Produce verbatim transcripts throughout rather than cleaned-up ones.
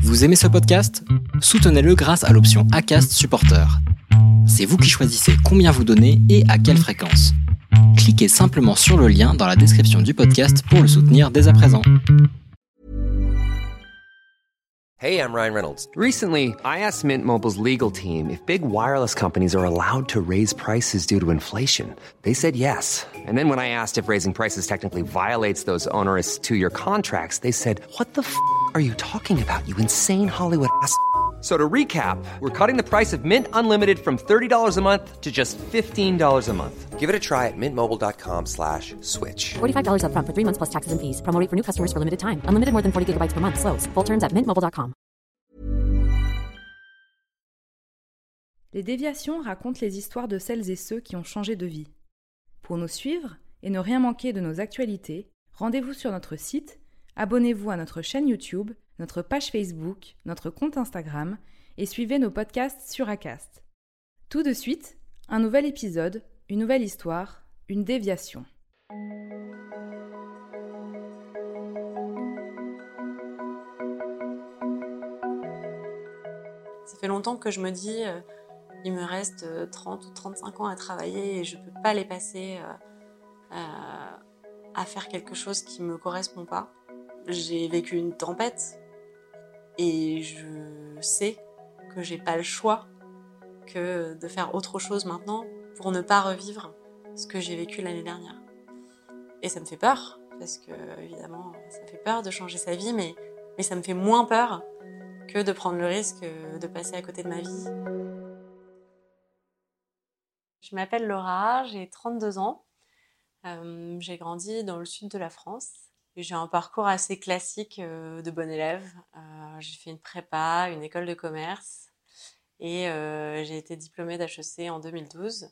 Vous aimez ce podcast ? Soutenez-le grâce à l'option Acast Supporter. C'est vous qui choisissez combien vous donnez et à quelle fréquence. Cliquez simplement sur le lien dans la description du podcast pour le soutenir dès à présent. Hey, I'm Ryan Reynolds. Recently, I asked Mint Mobile's legal team if big wireless companies are allowed to raise prices due to inflation. They said yes. And then when I asked if raising prices technically violates those onerous two-year contracts, they said, "What the f*** are you talking about, you insane Hollywood ass?" So to recap, we're cutting the price of Mint Unlimited from thirty dollars a month to just fifteen dollars a month. Give it a try at mintmobile.com slash switch. forty-five dollars up front for three months plus taxes and fees. Promo rate for new customers for limited time. Unlimited more than forty gigabytes per month. Slows full terms at mint mobile dot com. Les déviations racontent les histoires de celles et ceux qui ont changé de vie. Pour nous suivre et ne rien manquer de nos actualités, rendez-vous sur notre site, abonnez-vous à notre chaîne YouTube, notre page Facebook, notre compte Instagram et suivez nos podcasts sur Acast. Tout de suite, un nouvel épisode, une nouvelle histoire, une déviation. Ça fait longtemps que je me dis euh, il me reste euh, trente ou trente-cinq ans à travailler et je ne peux pas les passer euh, euh, à faire quelque chose qui ne me correspond pas. J'ai vécu une tempête et je sais que j'ai pas le choix que de faire autre chose maintenant pour ne pas revivre ce que j'ai vécu l'année dernière. Et ça me fait peur, parce que évidemment ça fait peur de changer sa vie, mais, mais ça me fait moins peur que de prendre le risque de passer à côté de ma vie. Je m'appelle Laura, j'ai trente-deux ans, euh, j'ai grandi dans le sud de la France. J'ai un parcours assez classique euh, de bonne élève. Euh, j'ai fait une prépa, une école de commerce et euh, j'ai été diplômée d'H E C en deux mille douze.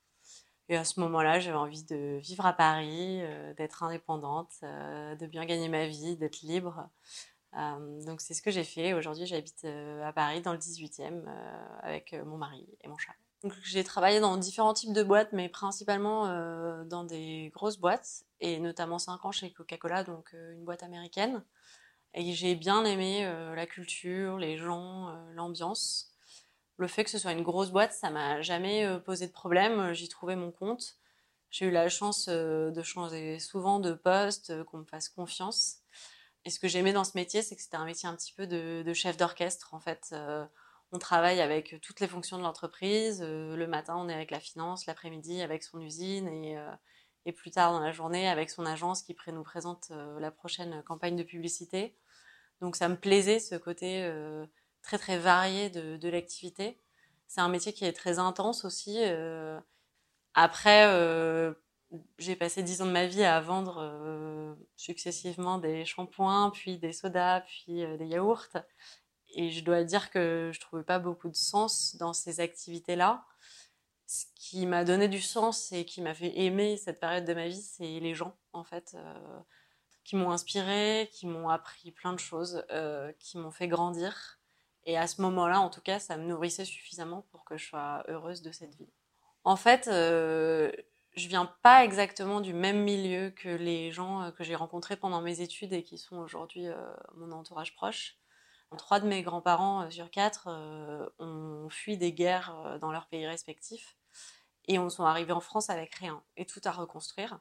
Et à ce moment-là, j'avais envie de vivre à Paris, euh, d'être indépendante, euh, de bien gagner ma vie, d'être libre. Euh, donc c'est ce que j'ai fait. Aujourd'hui, j'habite euh, à Paris, dans le dix-huitième, euh, avec euh, mon mari et mon chat. Donc, j'ai travaillé dans différents types de boîtes, mais principalement euh, dans des grosses boîtes, et notamment cinq ans chez Coca-Cola, donc euh, une boîte américaine. Et j'ai bien aimé euh, la culture, les gens, euh, l'ambiance. Le fait que ce soit une grosse boîte, ça m'a jamais euh, posé de problème. J'y trouvais mon compte. J'ai eu la chance euh, de changer souvent de poste, euh, qu'on me fasse confiance. Et ce que j'aimais dans ce métier, c'est que c'était un métier un petit peu de, de chef d'orchestre, en fait. Euh, On travaille avec toutes les fonctions de l'entreprise. Euh, le matin, on est avec la finance, l'après-midi avec son usine et, euh, et plus tard dans la journée avec son agence qui pré- nous présente euh, la prochaine campagne de publicité. Donc ça me plaisait, ce côté euh, très très varié de, de l'activité. C'est un métier qui est très intense aussi. Euh, après, euh, j'ai passé dix ans de ma vie à vendre euh, successivement des shampoings, puis des sodas, puis euh, des yaourts. Et je dois dire que je trouvais pas beaucoup de sens dans ces activités-là. Ce qui m'a donné du sens et qui m'a fait aimer cette période de ma vie, c'est les gens, en fait, euh, qui m'ont inspirée, qui m'ont appris plein de choses, euh, qui m'ont fait grandir. Et à ce moment-là, en tout cas, ça me nourrissait suffisamment pour que je sois heureuse de cette vie. En fait, euh, je viens pas exactement du même milieu que les gens que j'ai rencontrés pendant mes études et qui sont aujourd'hui euh, mon entourage proche. Trois de mes grands-parents sur quatre euh, ont fui des guerres euh, dans leurs pays respectifs et on sont arrivés en France avec rien et tout à reconstruire.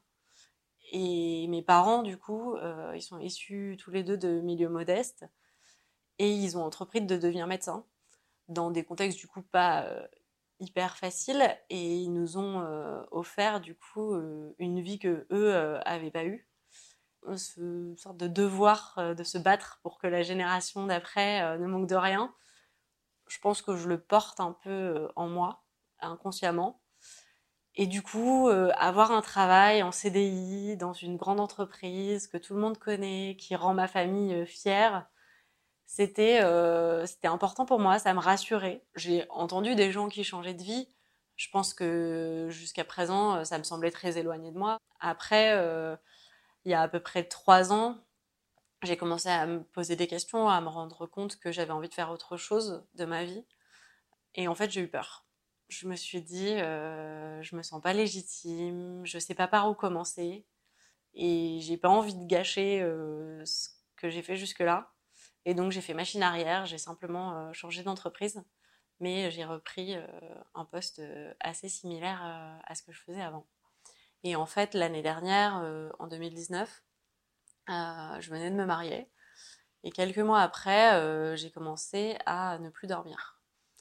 Et mes parents, du coup, euh, ils sont issus tous les deux de milieux modestes et ils ont entrepris de devenir médecins dans des contextes du coup pas euh, hyper faciles, et ils nous ont euh, offert du coup euh, une vie que eux euh, avaient pas eue. Ce sorte de devoir euh, de se battre pour que la génération d'après euh, ne manque de rien. Je pense que je le porte un peu euh, en moi, inconsciemment. Et du coup, euh, avoir un travail en C D I, dans une grande entreprise que tout le monde connaît, qui rend ma famille euh, fière, c'était, euh, c'était important pour moi, ça me rassurait. J'ai entendu des gens qui changeaient de vie. Je pense que jusqu'à présent, ça me semblait très éloigné de moi. Après... Euh, il y a à peu près trois ans, j'ai commencé à me poser des questions, à me rendre compte que j'avais envie de faire autre chose de ma vie. Et en fait, j'ai eu peur. Je me suis dit, euh, je me sens pas légitime, je sais pas par où commencer. Et j'ai pas envie de gâcher euh, ce que j'ai fait jusque-là. Et donc, j'ai fait machine arrière, j'ai simplement euh, changé d'entreprise, mais j'ai repris euh, un poste euh, assez similaire euh, à ce que je faisais avant. Et en fait, l'année dernière, euh, en deux mille dix-neuf, euh, je venais de me marier. Et quelques mois après, euh, j'ai commencé à ne plus dormir.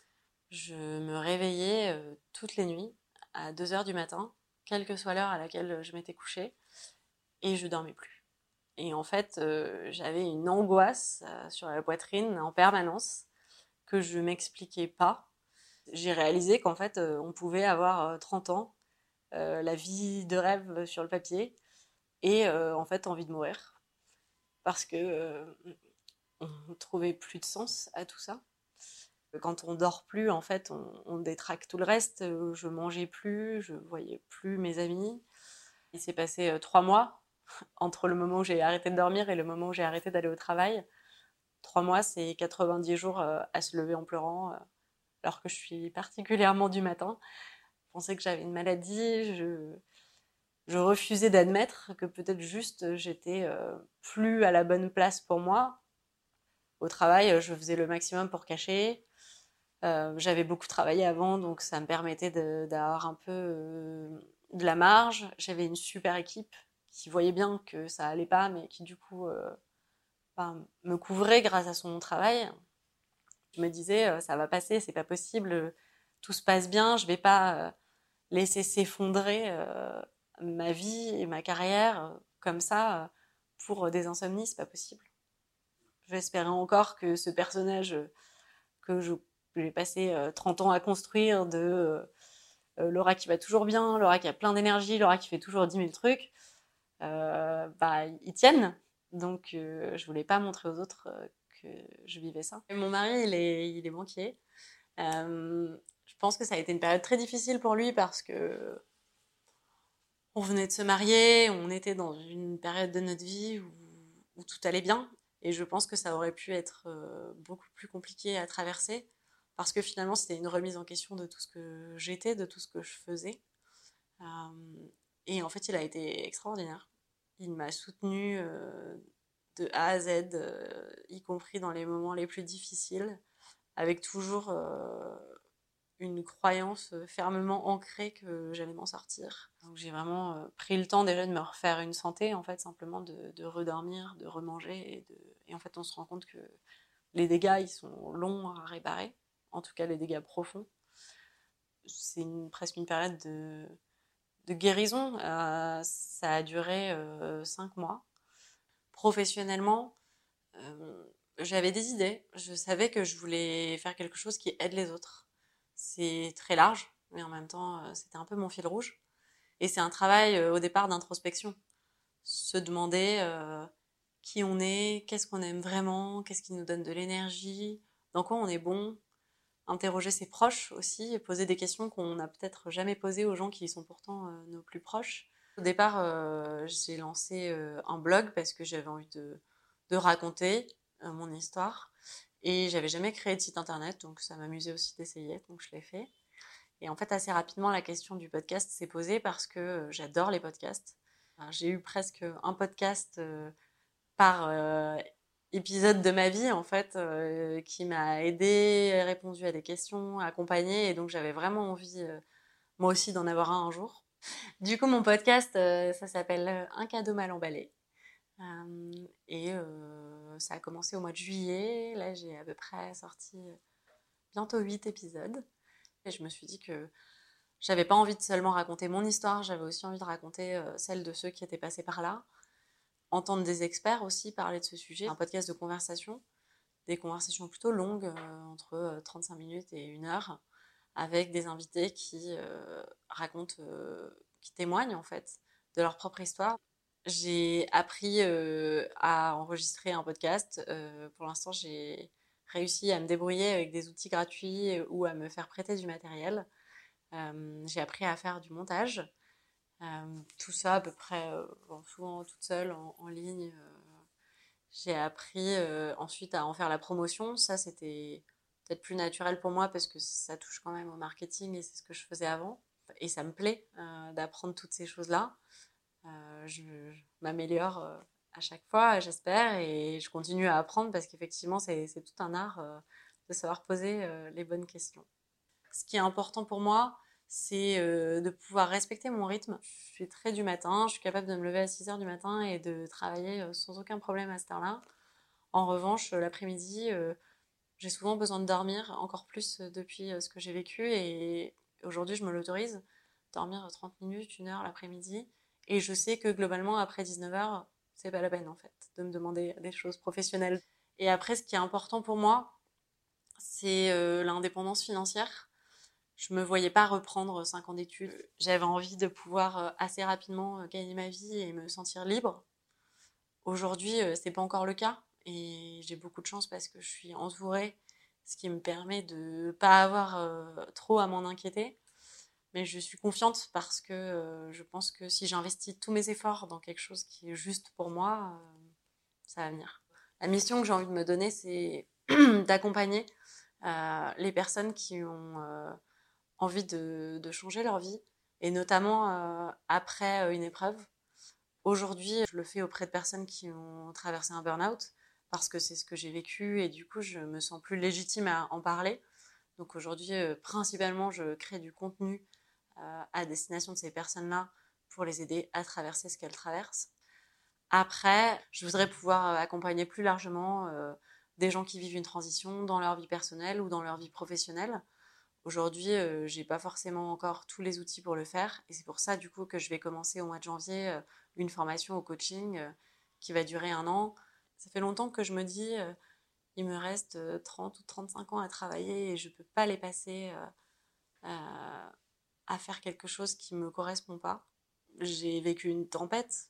Je me réveillais euh, toutes les nuits à deux heures du matin, quelle que soit l'heure à laquelle je m'étais couchée, et je dormais plus. Et en fait, euh, j'avais une angoisse euh, sur la poitrine en permanence que je m'expliquais pas. J'ai réalisé qu'en fait, euh, on pouvait avoir euh, trente ans, euh, la vie de rêve sur le papier, et euh, en fait, envie de mourir. Parce que euh, on ne trouvait plus de sens à tout ça. Quand on dort plus, en fait, on, on détraque tout le reste. Je mangeais plus, je voyais plus mes amis. Il s'est passé euh, trois mois entre le moment où j'ai arrêté de dormir et le moment où j'ai arrêté d'aller au travail. Trois mois, c'est quatre-vingt-dix jours euh, à se lever en pleurant, euh, alors que je suis particulièrement du matin. Je pensais que j'avais une maladie. Je, je refusais d'admettre que peut-être juste j'étais euh, plus à la bonne place pour moi. Au travail, je faisais le maximum pour cacher. Euh, j'avais beaucoup travaillé avant, donc ça me permettait de, d'avoir un peu euh, de la marge. J'avais une super équipe qui voyait bien que ça allait pas, mais qui du coup euh, ben, me couvrait grâce à son travail. Je me disais, euh, ça va passer, c'est pas possible, tout se passe bien, je vais pas euh, laisser s'effondrer euh, ma vie et ma carrière euh, comme ça euh, pour des insomnies, c'est pas possible. J'espérais encore que ce personnage euh, que je j'ai passé euh, trente ans à construire de euh, Laura qui va toujours bien, Laura qui a plein d'énergie, Laura qui fait toujours dix mille trucs, euh, bah, ils tiennent. Donc, euh, je voulais pas montrer aux autres euh, que je vivais ça. Et mon mari, il est, il est banquier. Euh, je pense que ça a été une période très difficile pour lui parce que on venait de se marier, on était dans une période de notre vie où, où tout allait bien. Et je pense que ça aurait pu être euh, beaucoup plus compliqué à traverser. Parce que finalement, c'était une remise en question de tout ce que j'étais, de tout ce que je faisais. Euh, et en fait, il a été extraordinaire. Il m'a soutenue euh, de A à Z, euh, y compris dans les moments les plus difficiles, avec toujours euh, une croyance fermement ancrée que j'allais m'en sortir. Donc j'ai vraiment euh, pris le temps déjà de me refaire une santé, en fait, simplement de, de redormir, de remanger. Et, de... et en fait, on se rend compte que les dégâts, ils sont longs à réparer. En tout cas les dégâts profonds. C'est une, presque une période de, de guérison. Euh, ça a duré euh, cinq mois. Professionnellement, euh, j'avais des idées. Je savais que je voulais faire quelque chose qui aide les autres. C'est très large, mais en même temps, euh, c'était un peu mon fil rouge. Et c'est un travail euh, au départ d'introspection. Se demander euh, qui on est, qu'est-ce qu'on aime vraiment, qu'est-ce qui nous donne de l'énergie, dans quoi on est bon. Interroger ses proches aussi et poser des questions qu'on n'a peut-être jamais posées aux gens qui sont pourtant euh, nos plus proches. Au départ, euh, j'ai lancé euh, un blog parce que j'avais envie de, de raconter euh, mon histoire et j'avais jamais créé de site internet, donc ça m'amusait aussi d'essayer, donc je l'ai fait. Et en fait, assez rapidement, la question du podcast s'est posée parce que euh, j'adore les podcasts. Alors, j'ai eu presque un podcast euh, par euh, épisode de ma vie en fait euh, qui m'a aidée, répondu à des questions, accompagnée, et donc j'avais vraiment envie euh, moi aussi d'en avoir un un jour. Du coup mon podcast euh, ça s'appelle Un cadeau mal emballé euh, et euh, ça a commencé au mois de juillet. Là j'ai à peu près sorti bientôt huit épisodes et je me suis dit que j'avais pas envie de seulement raconter mon histoire, j'avais aussi envie de raconter euh, celle de ceux qui étaient passés par là, entendre des experts aussi parler de ce sujet. Un podcast de conversation, des conversations plutôt longues, euh, entre trente-cinq minutes et une heure, avec des invités qui euh, racontent, euh, qui témoignent en fait de leur propre histoire. J'ai appris euh, à enregistrer un podcast. Euh, pour l'instant, j'ai réussi à me débrouiller avec des outils gratuits ou à me faire prêter du matériel. Euh, j'ai appris à faire du montage. Euh, tout ça à peu près, euh, bon, souvent toute seule, en, en ligne. Euh, j'ai appris euh, ensuite à en faire la promotion. Ça, c'était peut-être plus naturel pour moi parce que ça touche quand même au marketing et c'est ce que je faisais avant. Et ça me plaît euh, d'apprendre toutes ces choses-là. Euh, je, je m'améliore euh, à chaque fois, j'espère, et je continue à apprendre parce qu'effectivement, c'est, c'est tout un art euh, de savoir poser euh, les bonnes questions. Ce qui est important pour moi, c'est euh, de pouvoir respecter mon rythme. Je suis très du matin, je suis capable de me lever à six heures du matin et de travailler euh, sans aucun problème à cette heure-là. En revanche, euh, l'après-midi, euh, j'ai souvent besoin de dormir, encore plus euh, depuis euh, ce que j'ai vécu, et aujourd'hui, je me l'autorise, dormir trente minutes, une heure l'après-midi, et je sais que globalement, après dix-neuf heures, c'est pas la peine en fait de me demander des choses professionnelles. Et après, ce qui est important pour moi, c'est euh, l'indépendance financière. Je me voyais pas reprendre cinq ans d'études. J'avais envie de pouvoir euh, assez rapidement euh, gagner ma vie et me sentir libre. Aujourd'hui, euh, c'est pas encore le cas, et j'ai beaucoup de chance parce que je suis entourée, ce qui me permet de pas avoir euh, trop à m'en inquiéter. Mais je suis confiante parce que euh, je pense que si j'investis tous mes efforts dans quelque chose qui est juste pour moi, euh, ça va venir. La mission que j'ai envie de me donner, c'est d'accompagner euh, les personnes qui ont euh, envie de, de changer leur vie, et notamment euh, après une épreuve. Aujourd'hui, je le fais auprès de personnes qui ont traversé un burn-out parce que c'est ce que j'ai vécu, et du coup, je me sens plus légitime à en parler. Donc aujourd'hui, euh, principalement, je crée du contenu euh, à destination de ces personnes-là pour les aider à traverser ce qu'elles traversent. Après, je voudrais pouvoir accompagner plus largement euh, des gens qui vivent une transition dans leur vie personnelle ou dans leur vie professionnelle. Aujourd'hui, euh, j'ai pas forcément encore tous les outils pour le faire, et c'est pour ça du coup que je vais commencer au mois de janvier euh, une formation au coaching euh, qui va durer un an. Ça fait longtemps que je me dis euh, il me reste trente ou trente-cinq ans à travailler et je peux pas les passer euh, euh, à faire quelque chose qui me correspond pas. J'ai vécu une tempête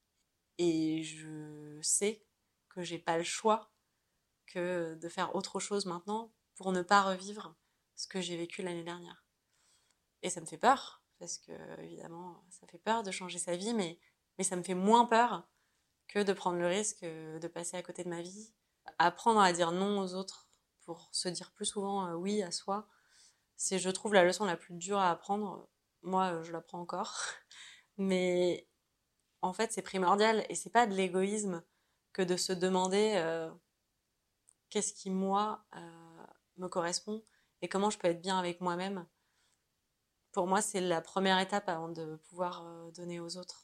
et je sais que j'ai pas le choix que de faire autre chose maintenant pour ne pas revivre ce que j'ai vécu l'année dernière. Et ça me fait peur, parce que évidemment ça fait peur de changer sa vie, mais, mais ça me fait moins peur que de prendre le risque de passer à côté de ma vie. Apprendre à dire non aux autres pour se dire plus souvent oui à soi, c'est, je trouve, la leçon la plus dure à apprendre. Moi, je l'apprends encore, mais en fait c'est primordial, et c'est pas de l'égoïsme que de se demander euh, qu'est-ce qui moi euh, me correspond et comment je peux être bien avec moi-même. Pour moi, c'est la première étape avant de pouvoir euh, donner aux autres.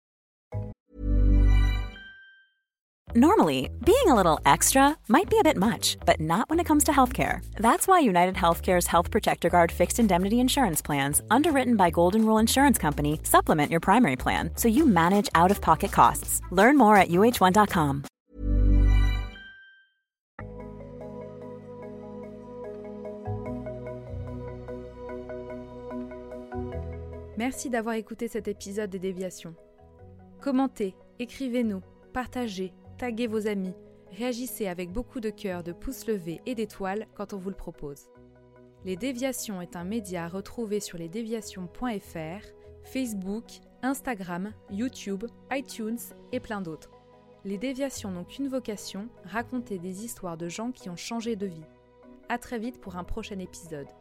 Normally, being a little extra might be a bit much, but not when it comes to healthcare. That's why United Healthcare's Health Protector Guard fixed indemnity insurance plans, underwritten by Golden Rule Insurance Company, supplement your primary plan so you manage out-of-pocket costs. Learn more at U H one dot com. Merci d'avoir écouté cet épisode des Déviations. Commentez, écrivez-nous, partagez, taguez vos amis, réagissez avec beaucoup de cœur, de pouces levés et d'étoiles quand on vous le propose. Les Déviations est un média à retrouver sur lesdéviations point f r, Facebook, Instagram, YouTube, iTunes et plein d'autres. Les Déviations n'ont qu'une vocation, raconter des histoires de gens qui ont changé de vie. À très vite pour un prochain épisode.